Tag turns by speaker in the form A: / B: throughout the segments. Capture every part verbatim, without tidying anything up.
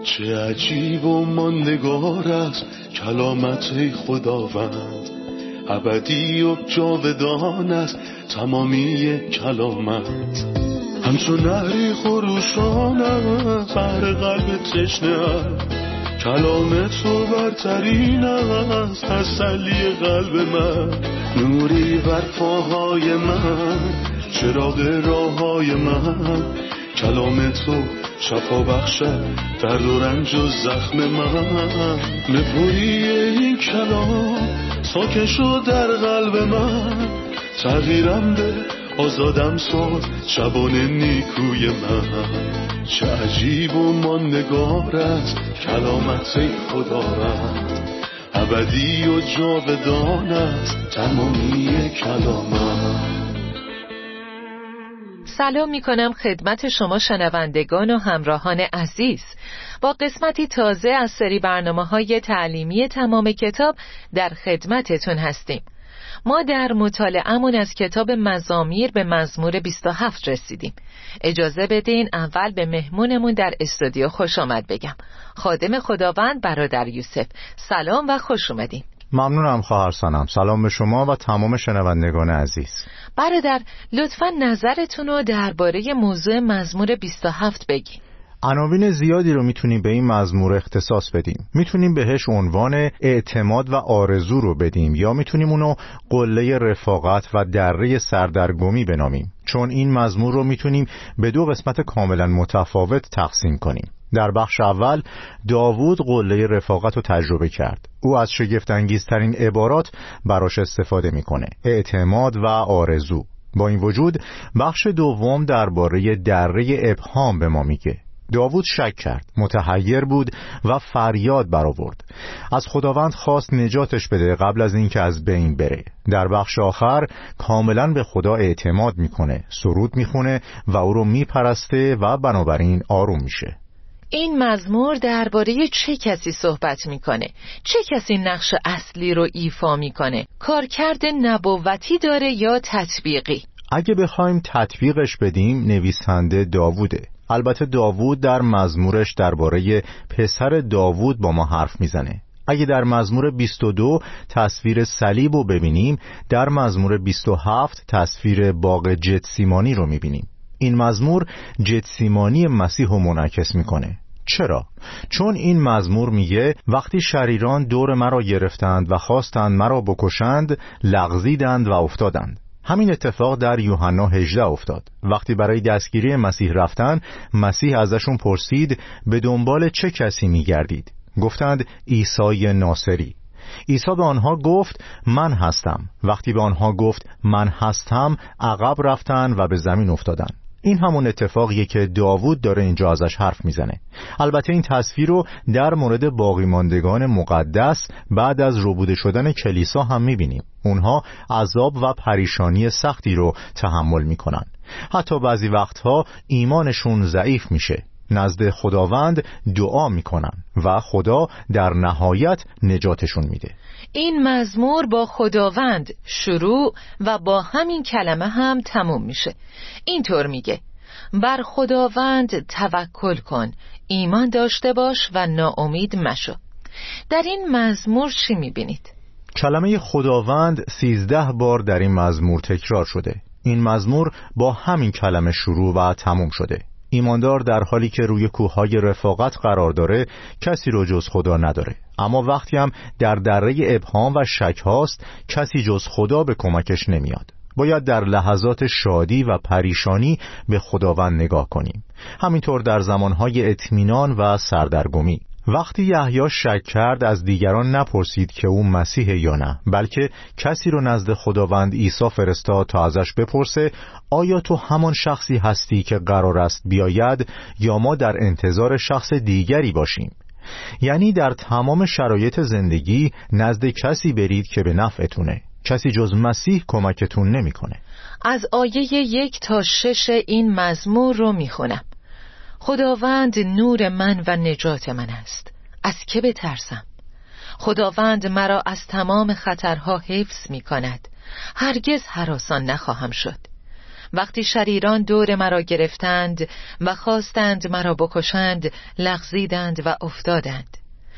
A: چه عجیب و ماندگار است کلامت خداوند، ابدی و جاودان است تمامی کلامت. همچون نهری خروشان است بر قلب تشنه است، کلام تو برترین است تسلی قلب من. نوری بر پاهای من، چراغ راههای من، کلام تو شفا بخشد درد و رنج و زخم من. نپویی این کلام ساکن شد در قلب من، تغییرم به آزادم ساز شبان نیکوی من. چه عجیب و ماندگار است کلامت خدا رد، ابدی و جاودان است تمامی کلامت.
B: سلام می کنم خدمت شما شنوندگان و همراهان عزیز. با قسمتی تازه از سری برنامه‌های تعلیمی تمام کتاب در خدمتتون هستیم. ما در مطالعه‌مون از کتاب مزامیر به مزمور بیست و هفت رسیدیم. اجازه بدین اول به مهمونمون در استودیو خوش آمد بگم. خادم خداوند برادر یوسف، سلام و خوش اومدین.
C: ممنونم خواهر سانم. سلام به شما و تمام شنوندگان عزیز.
B: برادر لطفاً نظرتون رو درباره موضوع مزمور بیست و هفت بگین.
C: عناوین زیادی رو میتونیم به این مزمور اختصاص بدیم. میتونیم بهش عنوان اعتماد و آرزو رو بدیم، یا میتونیم اونو قله رفاقت و دره سردرگمی بنامیم، چون این مزمور رو میتونیم به دو قسمت کاملا متفاوت تقسیم کنیم. در بخش اول داوود قله رفاقت رو تجربه کرد. او از شگفت‌انگیزترین عبارات براش استفاده میکنه: اعتماد و آرزو. با این وجود بخش دوم درباره دره ابهام به ما میگه. داوود شک کرد، متحیر بود و فریاد برآورد. از خداوند خواست نجاتش بده قبل از اینکه از بین بره. در بخش آخر کاملا به خدا اعتماد میکنه، سرود میخونه و او رو میپرسته و بنابراین آروم میشه.
B: این مزمور درباره چه کسی صحبت میکنه؟ چه کسی نقش اصلی رو ایفا میکنه؟ کارکرد نبوتی داره یا تطبیقی؟
C: اگه بخوایم تطبیقش بدیم، نویسنده داووده. البته داوود در مزمورش درباره پسر داوود با ما حرف میزنه. اگه در مزمور بیست و دو تصویر صلیب رو ببینیم، در مزمور بیست و هفت تصویر باغ جتسیمانی رو میبینیم. این مزمور جتسیمانی مسیح رو منعکس میکنه. چرا؟ چون این مزمور میگه وقتی شریران دور مرا گرفتند و خواستند مرا بکشند، لغزیدند و افتادند. همین اتفاق در یوحنا هجده افتاد. وقتی برای دستگیری مسیح رفتن، مسیح ازشون پرسید به دنبال چه کسی میگردید؟ گفتند عیسی ناصری. عیسی به آنها گفت من هستم. وقتی به آنها گفت من هستم، عقب رفتن و به زمین افتادن. این همون اتفاقیه که داوود داره اینجا ازش حرف میزنه. البته این تصویر رو در مورد باقی ماندگان مقدس بعد از ربوده شدن کلیسا هم میبینیم. اونها عذاب و پریشانی سختی رو تحمل میکنن. حتی بعضی وقتها ایمانشون ضعیف میشه. نزد خداوند دعا میکنن و خدا در نهایت نجاتشون میده.
B: این مزمور با خداوند شروع و با همین کلمه هم تموم میشه. اینطور میگه: بر خداوند توکل کن، ایمان داشته باش و ناامید مشو. در این مزمور چی میبینید؟
C: کلمه خداوند سیزده بار در این مزمور تکرار شده. این مزمور با همین کلمه شروع و تموم شده. ایماندار در حالی که روی کوههای رفاقت قرار داره کسی رو جز خدا نداره، اما وقتی هم در دره ابهام و شک هاست کسی جز خدا به کمکش نمیاد. باید در لحظات شادی و پریشانی به خداوند نگاه کنیم. همینطور در زمانهای اطمینان و سردرگمی. وقتی یحیی شک کرد از دیگران نپرسید که او مسیح یا نه، بلکه کسی رو نزد خداوند عیسی فرستاد تا ازش بپرسه آیا تو همان شخصی هستی که قرار است بیاید یا ما در انتظار شخص دیگری باشیم؟ یعنی در تمام شرایط زندگی نزد کسی برید که به نفعتونه. کسی جز مسیح کمکتون نمیکنه.
B: از آیه یک تا شش این مزمور رو میخونم. خداوند نور من و نجات من است، از که بترسم؟ خداوند مرا از تمام خطرها حفظ می کند، هرگز هراسان نخواهم شد. وقتی شریران دور مرا گرفتند و خواستند مرا بکشند، لغزیدند و افتادند.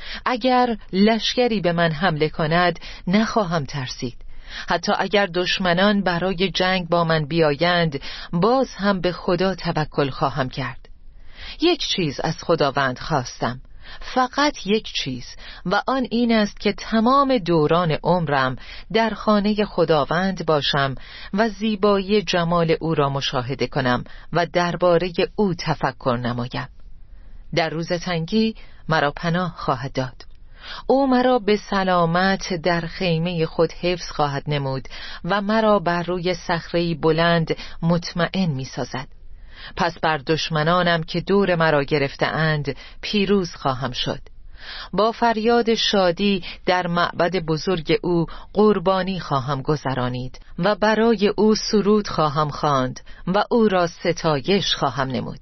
B: اگر لشکری به من حمله کند نخواهم ترسید. حتی اگر دشمنان برای جنگ با من بیایند، باز هم به خدا توکل خواهم کرد. یک چیز از خداوند خواستم، فقط یک چیز، و آن این است که تمام دوران عمرم در خانه خداوند باشم و زیبایی جمال او را مشاهده کنم و درباره او تفکر نمایم. در روز تنگی مرا پناه خواهد داد. او مرا به سلامت در خیمه خود حفظ خواهد نمود و مرا بر روی صخره‌ای بلند مطمئن می سازد. پس بر دشمنانم که دور مرا گرفته اند پیروز خواهم شد. با فریاد شادی در معبد بزرگ او قربانی خواهم گذرانید و برای او سرود خواهم خواند و او را ستایش خواهم نمود.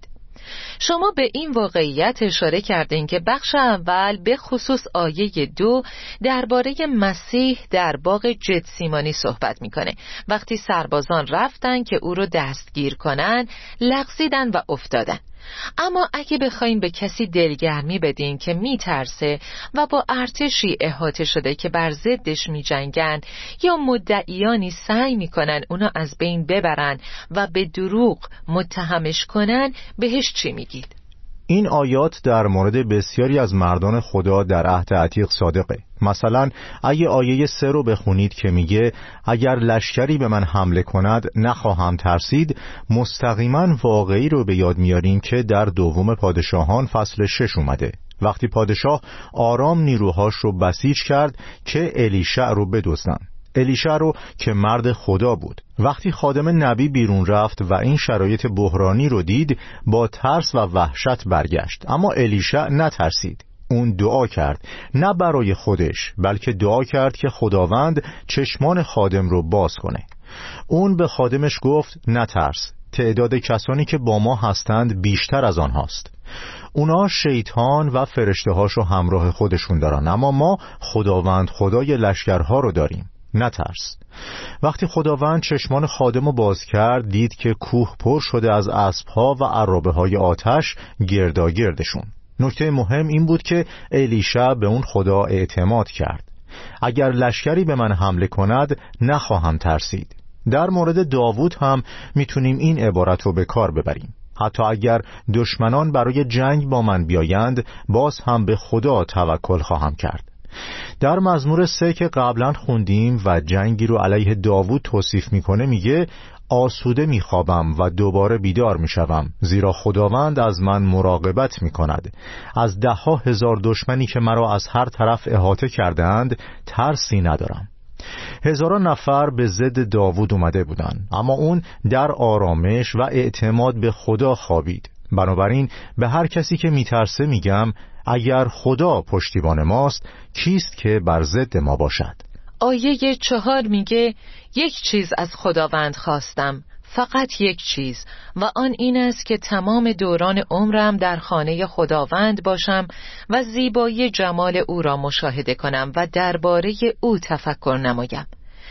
B: شما به این واقعیت اشاره کردین که بخش اول به خصوص آیه دو درباره مسیح در باغ جتسیمانی صحبت میکنه. وقتی سربازان رفتن که او رو دستگیر کنن، لغزیدن و افتادن. اما اگه بخوایم به کسی دلگرمی بدین که میترسه و با ارتشی احاطه شده که بر ضدش میجنگن، یا مدعیانی سعی میکنن اونا از بین ببرن و به دروغ متهمش کنن، بهش چی میگید؟
C: این آیات در مورد بسیاری از مردان خدا در عهد عتیق صادقه. مثلا اگه آیه سه رو بخونید که میگه اگر لشکری به من حمله کند نخواهم ترسید، مستقیما واقعی رو به یاد میاریم که در دوم پادشاهان فصل شش اومده، وقتی پادشاه آرام نیروهاش رو بسیج کرد که الیشع رو بدزدن. الیشع رو که مرد خدا بود، وقتی خادم نبی بیرون رفت و این شرایط بحرانی رو دید، با ترس و وحشت برگشت. اما الیشع نترسید. اون دعا کرد، نه برای خودش، بلکه دعا کرد که خداوند چشمان خادم رو باز کنه. اون به خادمش گفت نترس، تعداد کسانی که با ما هستند بیشتر از آنهاست. اونا شیطان و فرشته‌هاش رو همراه خودشون دارن، اما ما خداوند خدای لشکرها رو داریم. نترس. وقتی خداوند چشمان خادم رو باز کرد، دید که کوه پر شده از اسب‌ها و عرابه های آتش گرداگردشون. نکته مهم این بود که الیشع به اون خدا اعتماد کرد. اگر لشکری به من حمله کند نخواهم ترسید. در مورد داوود هم میتونیم این عبارت رو به کار ببریم. حتی اگر دشمنان برای جنگ با من بیایند، باز هم به خدا توکل خواهم کرد. در مزمور سه که قبلا خوندیم و جنگی رو علیه داوود توصیف میکنه، میگه آسوده میخوابم و دوباره بیدار میشوم، زیرا خداوند از من مراقبت میکند. از ده ها هزار دشمنی که مرا از هر طرف احاطه کردند ترسی ندارم. هزاران نفر به ضد داوود اومده بودند، اما اون در آرامش و اعتماد به خدا خوابید. بنابراین به هر کسی که میترسه میگم اگر خدا پشتیبان ماست، کیست که بر ضد ما باشد؟
B: آیه چهار میگه یک چیز از خداوند خواستم، فقط یک چیز، و آن این است که تمام دوران عمرم در خانه خداوند باشم و زیبایی جمال او را مشاهده کنم و درباره او تفکر نمایم.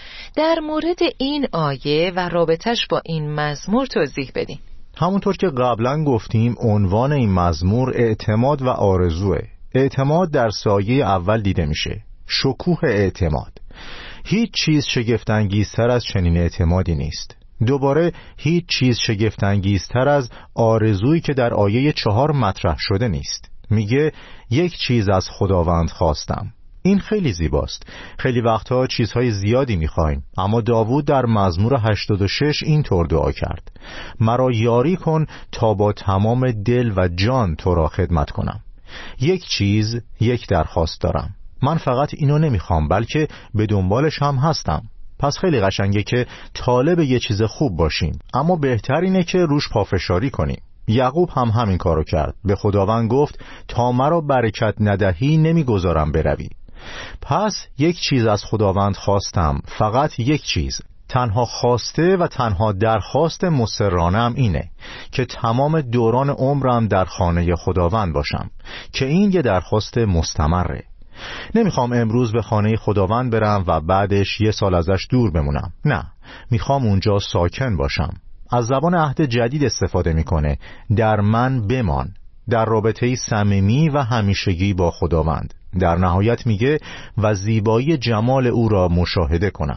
B: در مورد این آیه و رابطش با این مزمور توضیح بدین.
C: همونطور که قبلا گفتیم، عنوان این مزمور اعتماد و آرزوه. اعتماد در سایه اول دیده میشه، شکوه اعتماد. هیچ چیز شگفت‌انگیزتر از چنین اعتمادی نیست. دوباره هیچ چیز شگفت‌انگیزتر از آرزویی که در آیه چهار مطرح شده نیست. میگه یک چیز از خداوند خواستم. این خیلی زیباست. خیلی وقتها چیزهای زیادی میخوایم، اما داوود در مزمور هشتاد و شش این طور دعا کرد: مرا یاری کن تا با تمام دل و جان تو را خدمت کنم. یک چیز، یک درخواست دارم. من فقط اینو نمیخوام، بلکه به دنبالش هم هستم. پس خیلی قشنگه که طالب یه چیز خوب باشیم، اما بهتر اینه که روش پافشاری کنیم. یعقوب هم همین کارو کرد. به خداوند گفت تا مرا برکت ندهی نمیگذارم بروی. پس یک چیز از خداوند خواستم، فقط یک چیز. تنها خواسته و تنها درخواست مصرانم اینه که تمام دوران عمرم در خانه خداوند باشم، که این یه درخواست مستمره. نمیخوام امروز به خانه خداوند برم و بعدش یه سال ازش دور بمونم. نه، میخوام اونجا ساکن باشم. از زبان عهد جدید استفاده میکنه. در من بمان، در رابطه‌ای صمیمی و همیشگی با خداوند. در نهایت میگه و زیبایی جمال او را مشاهده کنم.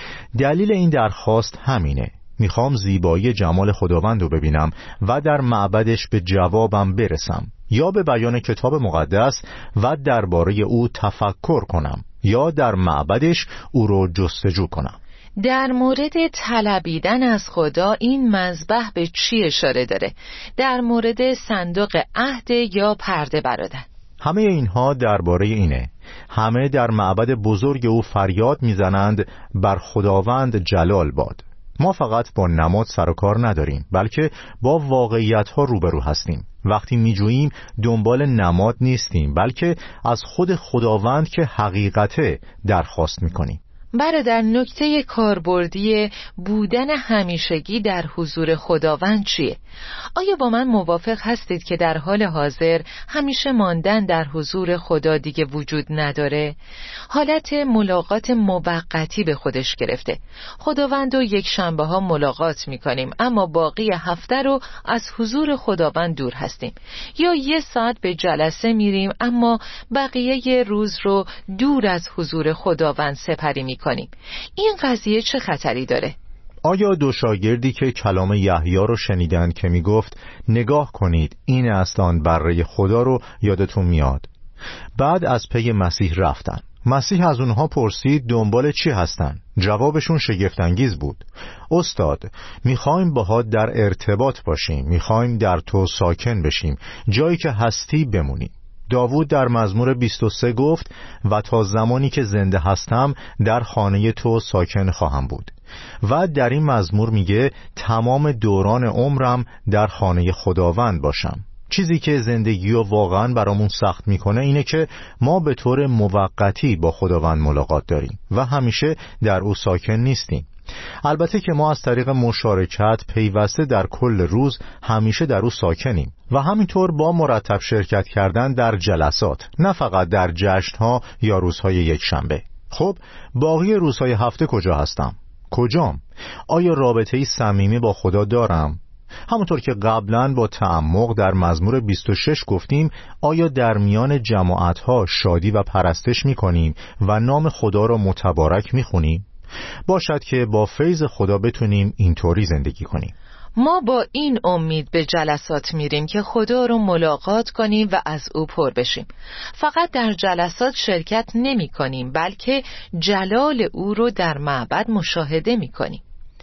C: دلیل این درخواست همینه. میخوام زیبایی جمال خداوند رو ببینم و در معبدش به جوابم برسم، یا به بیان کتاب مقدس و درباره او تفکر کنم، یا در معبدش او رو جستجو کنم.
B: در مورد طلبیدن از خدا این مذبح به چی اشاره داره؟ در مورد صندوق عهد یا پرده برادر؟
C: همه اینها درباره اینه. همه در معبد بزرگ او فریاد میزنند بر خداوند جلال باد. ما فقط با نماد سر و کار نداریم، بلکه با واقعیت ها روبرو هستیم. وقتی میجوییم دنبال نماد نیستیم، بلکه از خود خداوند که حقیقته درخواست میکنیم.
B: برادر، نکته کاربردی بودن همیشگی در حضور خداوند چیه؟ آیا با من موافق هستید که در حال حاضر همیشه ماندن در حضور خدا دیگه وجود نداره؟ حالت ملاقات موقتی به خودش گرفته. خداوند رو یک شنبه ها ملاقات میکنیم، اما باقی هفته رو از حضور خداوند دور هستیم. یا یه ساعت به جلسه میریم، اما بقیه روز رو دور از حضور خداوند سپری میکنیم. کنیم. این قضیه چه خطری داره؟
C: آیا دو شاگردی که کلام یحیی رو شنیدند که میگفت نگاه کنید این است آن بره خدا رو یادتون میاد؟ بعد از پی مسیح رفتن. مسیح از اونها پرسید دنبال چی هستن؟ جوابشون شگفت‌انگیز بود. استاد، میخوایم باهات در ارتباط باشیم، میخوایم در تو ساکن بشیم، جایی که هستی بمونیم. داوود در مزمور بیست و سه گفت و تا زمانی که زنده هستم در خانه تو ساکن خواهم بود. و در این مزمور میگه تمام دوران عمرم در خانه خداوند باشم. چیزی که زندگی رو واقعا برامون سخت میکنه اینه که ما به طور موقتی با خداوند ملاقات داریم و همیشه در او ساکن نیستیم. البته که ما از طریق مشارکت پیوسته در کل روز همیشه در او ساکنیم و همینطور با مرتب شرکت کردن در جلسات، نه فقط در جشن‌ها یا روزهای یک شنبه. خب باقی روزهای هفته کجا هستم؟ کجام؟ آیا رابطه‌ای صمیمی با خدا دارم؟ همونطور که قبلا با تعمق در مزمور بیست و شش گفتیم، آیا در میان جماعت‌ها شادی و پرستش می‌کنیم و نام خدا را متبارک می‌خونیم؟ باشد که با فیض خدا بتونیم اینطوری زندگی کنیم.
B: ما با این امید به جلسات میریم که خدا رو ملاقات کنیم و از او پر بشیم. فقط در جلسات شرکت نمی کنیم، بلکه جلال او رو در معبد مشاهده می کنیم.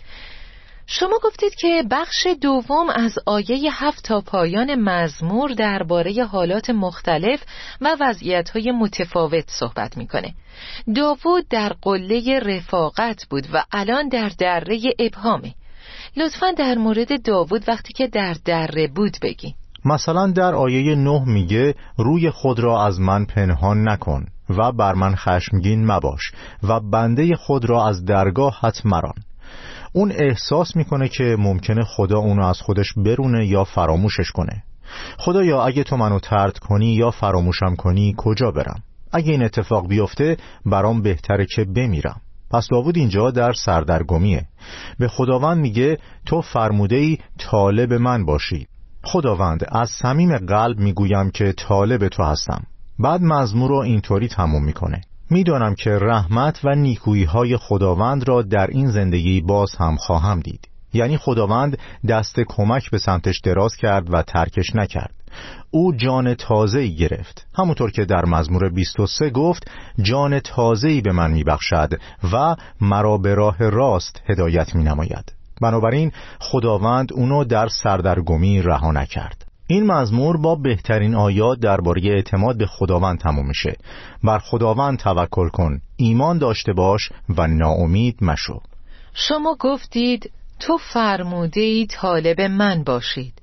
B: شما گفتید که بخش دوم از آیه هفت تا پایان مزمور درباره حالات مختلف و وضعیت‌های متفاوت صحبت می‌کنه. داوود در قله رفاقت بود و الان در دره ابهامه. لطفاً در مورد داوود وقتی که در دره بود بگی.
C: مثلا در آیه نه میگه روی خود را از من پنهان نکن و بر من خشمگین مباش و بنده خود را از درگاهت مران. اون احساس میکنه که ممکنه خدا اونو از خودش برونه یا فراموشش کنه. خدایا اگه تو منو طرد کنی یا فراموشم کنی کجا برم؟ اگه این اتفاق بیفته برام بهتره که بمیرم. پس داوود اینجا در سردرگمیه. به خداوند میگه تو فرموده‌ای طالب من باشی. خداوند از صمیم قلب میگویم که طالب تو هستم. بعد مزمور رو اینطوری تموم میکنه: میدانم که رحمت و نیکویی های خداوند را در این زندگی باز هم خواهم دید. یعنی خداوند دست کمک به سمتش دراز کرد و ترکش نکرد. او جان تازه‌ای گرفت، همونطور که در مزمور بیست و سه گفت جان تازه‌ای به من میبخشد و مرا به راه راست هدایت مینماید. بنابراین خداوند اونو در سردرگمی رها نکرد. این مزمور با بهترین آیات درباره اعتماد به خداوند تموم میشه. بر خداوند توکل کن، ایمان داشته باش و ناامید مشو.
B: شما گفتید تو فرموده‌ای طالب من باشید.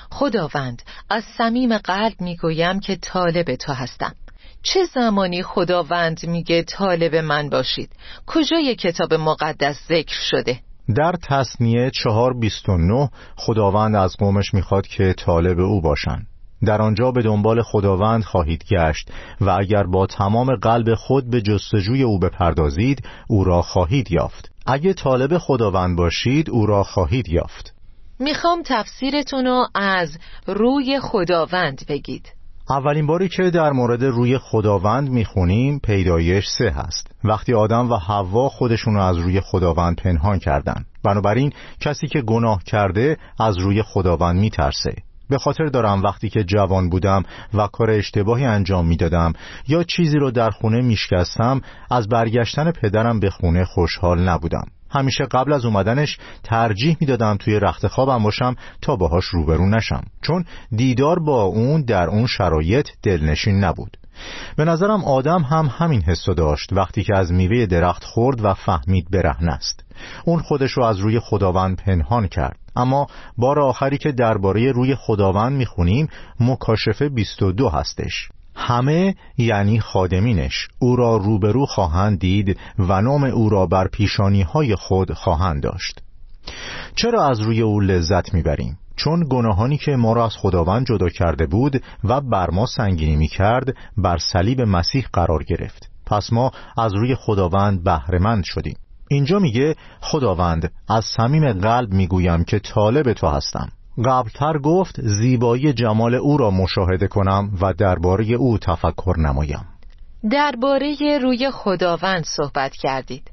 B: خداوند از صمیم قلب میگویم که طالب تو هستم. چه زمانی خداوند میگه طالب من باشید؟ کجای کتاب مقدس ذکر شده؟
C: در تثنیه چهار بیست و نه خداوند از قومش میخواد که طالب او باشن. در آنجا به دنبال خداوند خواهید گشت و اگر با تمام قلب خود به جستجوی او بپردازید او را خواهید یافت. اگه طالب خداوند باشید او را خواهید یافت.
B: میخوام تفسیرتون رو از روی خداوند بگید.
C: اولین باری که در مورد روی خداوند میخونیم پیدایش سه هست، وقتی آدم و حوا خودشون رو از روی خداوند پنهان کردن. بنابراین کسی که گناه کرده از روی خداوند میترسه. به خاطر دارم وقتی که جوان بودم و کار اشتباهی انجام میدادم یا چیزی رو در خونه میشکستم، از برگشتن پدرم به خونه خوشحال نبودم. همیشه قبل از اومدنش ترجیح میدادم توی رخت خوابم باشم تا باهاش روبرو نشم، چون دیدار با اون در اون شرایط دلنشین نبود. به نظرم آدم هم همین حسو داشت وقتی که از میوه درخت خورد و فهمید برهنه است. اون خودش رو از روی خداوند پنهان کرد. اما بار آخری که درباره روی خداوند میخونیم مکاشفه بیست و دو هستش. همه یعنی خادمینش او را روبرو خواهند دید و نام او را بر پیشانی‌های خود خواهند داشت. چرا از روی او لذت میبریم؟ چون گناهانی که ما را از خداوند جدا کرده بود و بر ما سنگینی میکرد بر صلیب مسیح قرار گرفت. پس ما از روی خداوند بهره‌مند شدیم. اینجا میگه خداوند از صمیم قلب میگویم که طالب تو هستم. قبلتر گفت زیبایی جمال او را مشاهده کنم و درباره او تفکر نمایم.
B: درباره روی خداوند صحبت کردید.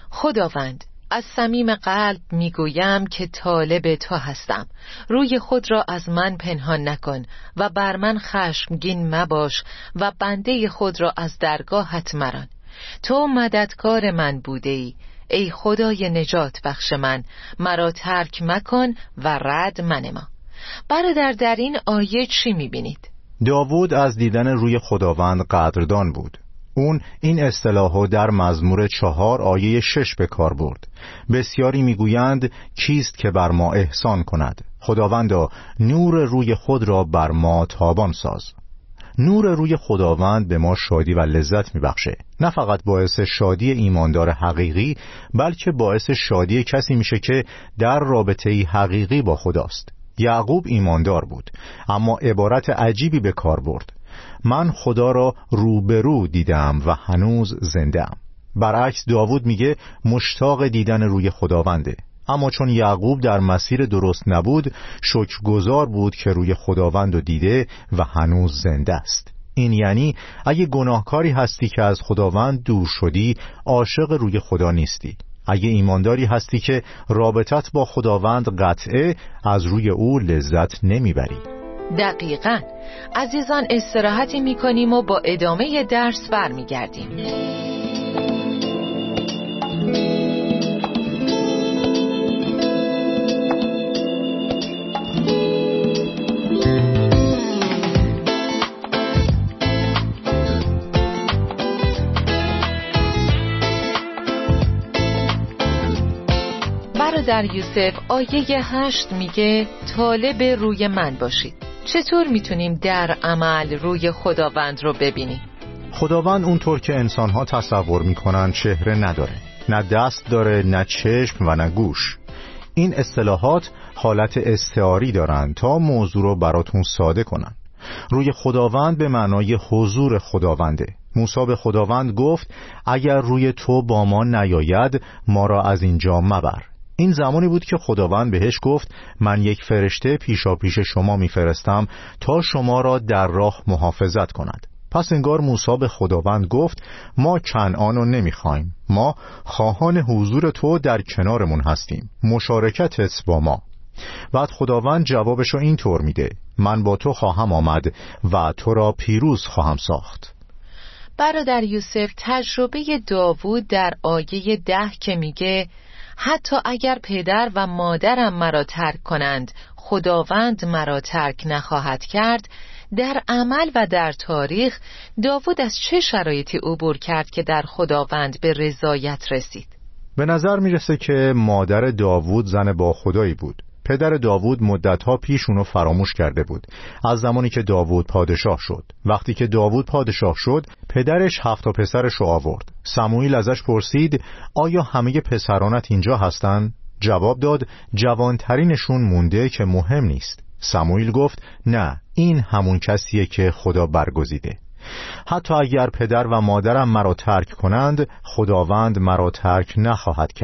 B: خداوند از صمیم قلب میگویم که طالب تو هستم. روی خود را از من پنهان نکن و بر من خشمگین مباش و بنده خود را از درگاهت مران. تو مددکار من بوده ای، ای خدای نجات بخش من، مرا ترک مکن و رد منما. برادر در این آیه چی میبینید؟
C: داوود از دیدن روی خداوند قدردان بود. اون این اصطلاحو در مزمور چهار آیه شش به کار برد. بسیاری میگویند کیست که بر ما احسان کند؟ خداوندا نور روی خود را بر ما تابان ساز. نور روی خداوند به ما شادی و لذت میبخشه. نه فقط باعث شادی ایماندار حقیقی، بلکه باعث شادی کسی میشه که در رابطه‌ای حقیقی با خداست. یعقوب ایماندار بود، اما عبارت عجیبی به کار برد: من خدا را روبرو دیدم و هنوز زنده ام. برعکس داوود میگه مشتاق دیدن روی خداونده. اما چون یعقوب در مسیر درست نبود، شکرگزار بود که روی خداوند رو دیده و هنوز زنده است. این یعنی اگه گناهکاری هستی که از خداوند دور شدی، عاشق روی خدا نیستی. اگه ایمانداری هستی که رابطت با خداوند قطعه، از روی او لذت نمیبری.
B: دقیقاً. عزیزان استراحتی میکنیم و با ادامه درس برمیگردیم. برادر یوسف آیه هشت میگه طالب روی من باشید. چطور میتونیم در عمل روی خداوند رو ببینیم؟
C: خداوند اونطور که انسانها تصور میکنن چهره نداره، نه دست داره، نه چشم و نه گوش. این اصطلاحات حالت استعاری دارن تا موضوع رو براتون ساده کنن. روی خداوند به معنای حضور خداونده. موسی به خداوند گفت اگر روی تو با ما نیاید ما را از اینجا مبر. این زمانی بود که خداوند بهش گفت من یک فرشته پیشا پیش شما میفرستم تا شما را در راه محافظت کند. پس انگار موسی به خداوند گفت ما کنعان رو نمیخوایم، ما خواهان حضور تو در کنارمون هستیم، مشارکتت با ما. بعد خداوند جوابشو این طور میده: من با تو خواهم آمد و تو را پیروز خواهم ساخت.
B: برادر یوسف تجربه داوود در آیه ده که میگه حتی اگر پدر و مادرم مرا ترک کنند خداوند مرا ترک نخواهد کرد، در عمل و در تاریخ داوود از چه شرایطی عبور کرد که در خداوند به رضایت رسید؟
C: به نظر میرسه که مادر داوود زن با خدایی بود. پدر داوود مدتها پیش اونو فراموش کرده بود، از زمانی که داوود پادشاه شد. وقتی که داوود پادشاه شد، پدرش هفت تا پسرش رو آورد. سموئیل ازش پرسید آیا همه پسرانت اینجا هستن؟ جواب داد جوانترینشون مونده که مهم نیست. سموئیل گفت نه، این همون کسیه که خدا برگزیده. حتی اگر پدر و مادرم مرا ترک کنند، خداوند مرا ترک نخواهد کرد.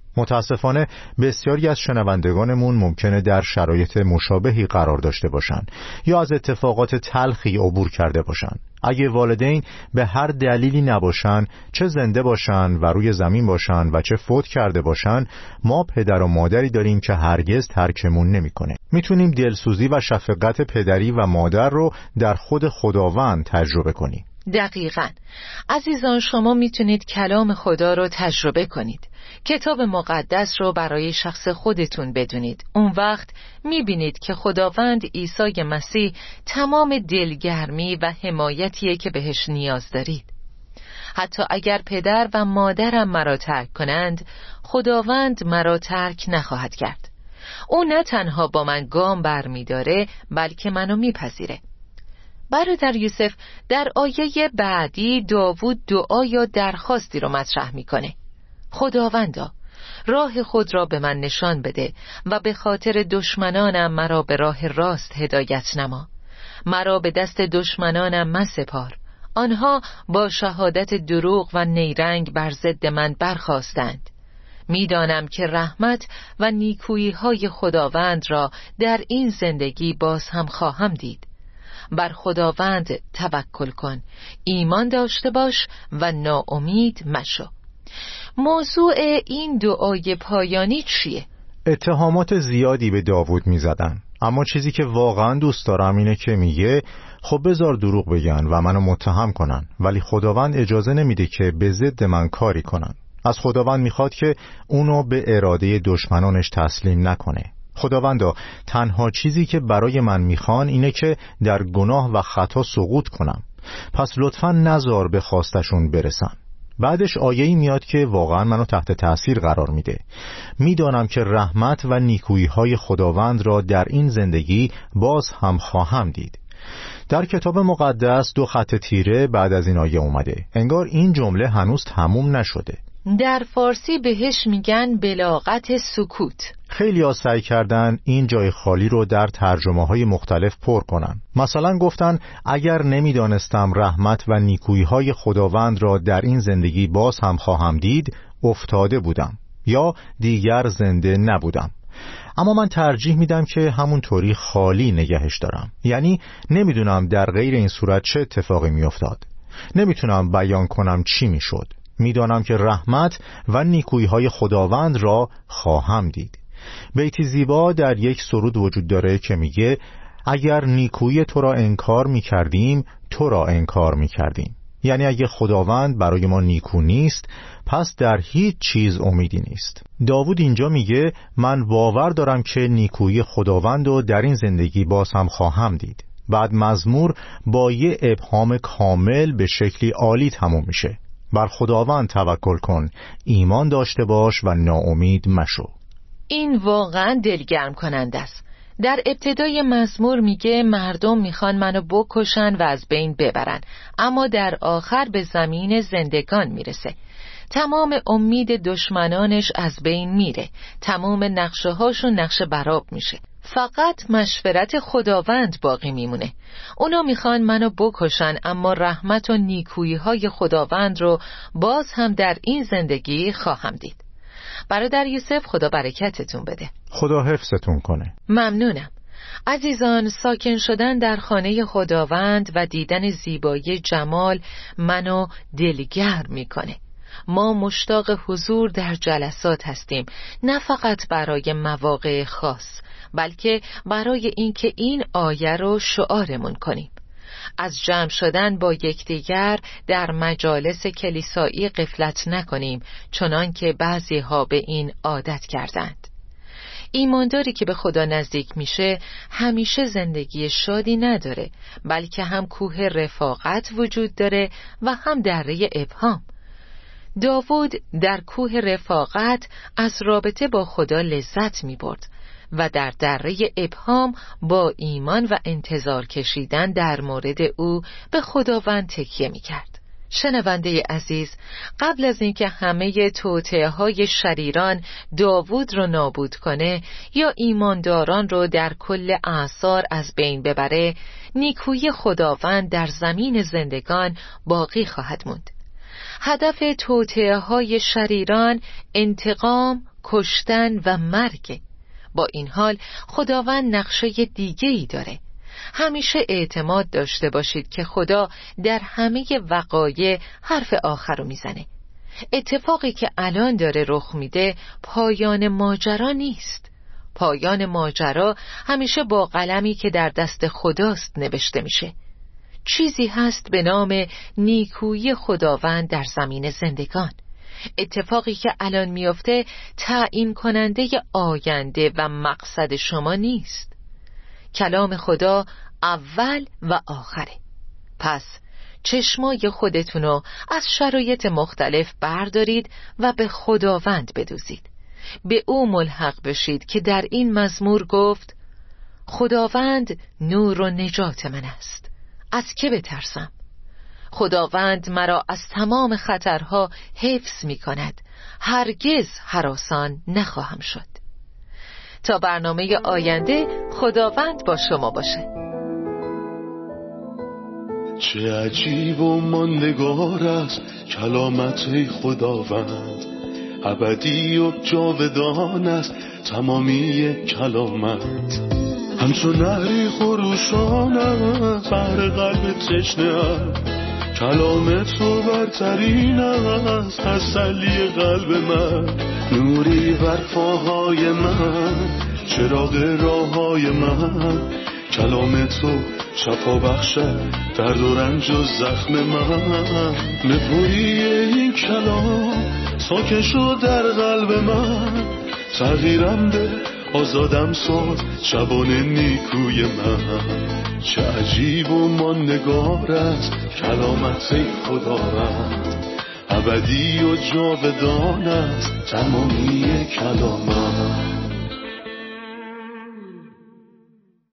C: متاسفانه بسیاری از شنوندگانمون ممکنه در شرایط مشابهی قرار داشته باشن یا از اتفاقات تلخی عبور کرده باشن. اگه والدین به هر دلیلی نباشن، چه زنده باشن و روی زمین باشن و چه فوت کرده باشن، ما پدر و مادری داریم که هرگز ترکمون نمیکنه. میتونیم دلسوزی و شفقت پدری و مادر رو در خود خداوند تجربه کنیم.
B: دقیقاً. عزیزان، شما میتونید کلام خدا رو تجربه کنید. کتاب مقدس رو برای شخص خودتون بدونید. اون وقت میبینید که خداوند عیسی مسیح تمام دلگرمی و حمایتیه که بهش نیاز دارید. حتی اگر پدر و مادرم مرا ترک کنند، خداوند مرا ترک نخواهد کرد. او نه تنها با من گام بر میداره، بلکه منو میپذیره. برادر یوسف در آیه بعدی داوود دعا یا درخواستی رو مطرح میکنه. خداوندا، راه خود را به من نشان بده و به خاطر دشمنانم مرا به راه راست هدایت نما. مرا به دست دشمنانم مسپار. آنها با شهادت دروغ و نیرنگ بر ضد من برخاستند. میدانم که رحمت و نیکویی های خداوند را در این زندگی باز هم خواهم دید. بر خداوند توکل کن، ایمان داشته باش و ناامید مشو. موضوع این دعای پایانی چیه؟
C: اتهامات زیادی به داوود می زدن، اما چیزی که واقعا دوست دارم اینه که میگه خب بذار دروغ بگن و منو متهم کنن، ولی خداوند اجازه نمیده که به ضد من کاری کنن. از خداوند میخواد که اونو به اراده دشمنانش تسلیم نکنه. خداوندا، تنها چیزی که برای من میخوان اینه که در گناه و خطا سقوط کنم، پس لطفاً نذار به خواستشون برسن. بعدش آیه‌ای میاد که واقعاً منو تحت تأثیر قرار میده. میدانم که رحمت و نیکویی‌های خداوند را در این زندگی باز هم خواهم دید. در کتاب مقدس دو خط تیره بعد از این آیه اومده. انگار این جمله هنوز تموم نشده.
B: در فارسی بهش میگن بلاغت سکوت.
C: خیلی ها سعی کردن این جای خالی رو در ترجمه های مختلف پر کنن. مثلا گفتن اگر نمیدانستم رحمت و نیکویی های خداوند را در این زندگی باز هم خواهم دید، افتاده بودم یا دیگر زنده نبودم. اما من ترجیح میدم که همونطوری خالی نگهش دارم. یعنی نمیدونم در غیر این صورت چه اتفاقی میافتاد. نمیتونم بیان کنم چی میشد. میدانم که رحمت و نیکویی‌های خداوند را خواهم دید. بیتی زیبا در یک سرود وجود داره که میگه اگر نیکویی تو را انکار میکردیم، تو را انکار میکردیم. یعنی اگه خداوند برای ما نیکو نیست، پس در هیچ چیز امیدی نیست. داوود اینجا میگه من باور دارم که نیکویی خداوند رو در این زندگی باز هم خواهم دید. بعد مزمور با یه ابهام کامل به شکلی عالی تموم میشه. بر خداوند توکل کن، ایمان داشته باش و ناامید مشو.
B: این واقعا دلگرم کننده است. در ابتدای مزمور میگه مردم میخوان منو بکشن و از بین ببرن، اما در آخر به زمین زندگان میرسه. تمام امید دشمنانش از بین میره، تمام نقشه هاشون نقشه براب میشه. فقط مشورت خداوند باقی میمونه. اونا میخوان منو بکشن، اما رحمت و نیکویی های خداوند رو باز هم در این زندگی خواهم دید. برادر یوسف، خدا برکتتون بده.
C: خدا حفظتون کنه.
B: ممنونم. عزیزان، ساکن شدن در خانه خداوند و دیدن زیبایی جمال منو دلگرم میکنه. ما مشتاق حضور در جلسات هستیم، نه فقط برای مواقع خاص، بلکه برای اینکه این آیه رو شعارمون کنیم. از جمع شدن با یکدیگر در مجالس کلیسایی غفلت نکنیم، چنان که بعضی ها به این عادت کردند. ایمانداری که به خدا نزدیک میشه همیشه زندگی شادی نداره، بلکه هم کوه رفاقت وجود داره و هم دره ابهام. داوود در کوه رفاقت از رابطه با خدا لذت می برد و در دره ابهام با ایمان و انتظار کشیدن در مورد او به خداوند تکیه می کرد. شنونده عزیز، قبل از اینکه همه توطئه های شریران داوود رو نابود کنه یا ایمانداران رو در کل اعصار از بین ببره، نیکویی خداوند در زمین زندگان باقی خواهد موند. هدف توطئه های شریران انتقام، کشتن و مرگ. با این حال خداوند نقشه دیگه ای داره. همیشه اعتماد داشته باشید که خدا در همه وقایع حرف آخر رو میزنه. اتفاقی که الان داره رخ میده پایان ماجرا نیست. پایان ماجرا همیشه با قلمی که در دست خداست نوشته میشه. چیزی هست به نام نیکویی خداوند در زمین زندگان. اتفاقی که الان میفته تعیین کننده آینده و مقصد شما نیست. کلام خدا اول و آخره. پس چشمای خودتونو از شرایط مختلف بردارید و به خداوند بدوزید. به او ملحق بشید که در این مزمور گفت خداوند نور و نجات من است، از که بترسم؟ خداوند مرا از تمام خطرها حفظ می کند، هرگز هراسان نخواهم شد. تا برنامه آینده خداوند با شما باشه.
A: چه عجیب و ماندگار است کلامت خداوند، ابدی و جاودان است تمامی کلامت. همچون نهری خروشان است بر قلب تشنه است، کلام تو برترین است تسلی قلب من. نوری بر پاهای من، چراغ راههای من، کلام تو شفا بخشد درد و رنج و زخم من. نپویی این کلام ساکن شد در قلب من، تغییرم به آزادم ساز شبان نیکوی من. چه عجیب و ماندگار است کلامت خداوند، ابدی و جاودان است تمامی کلامت.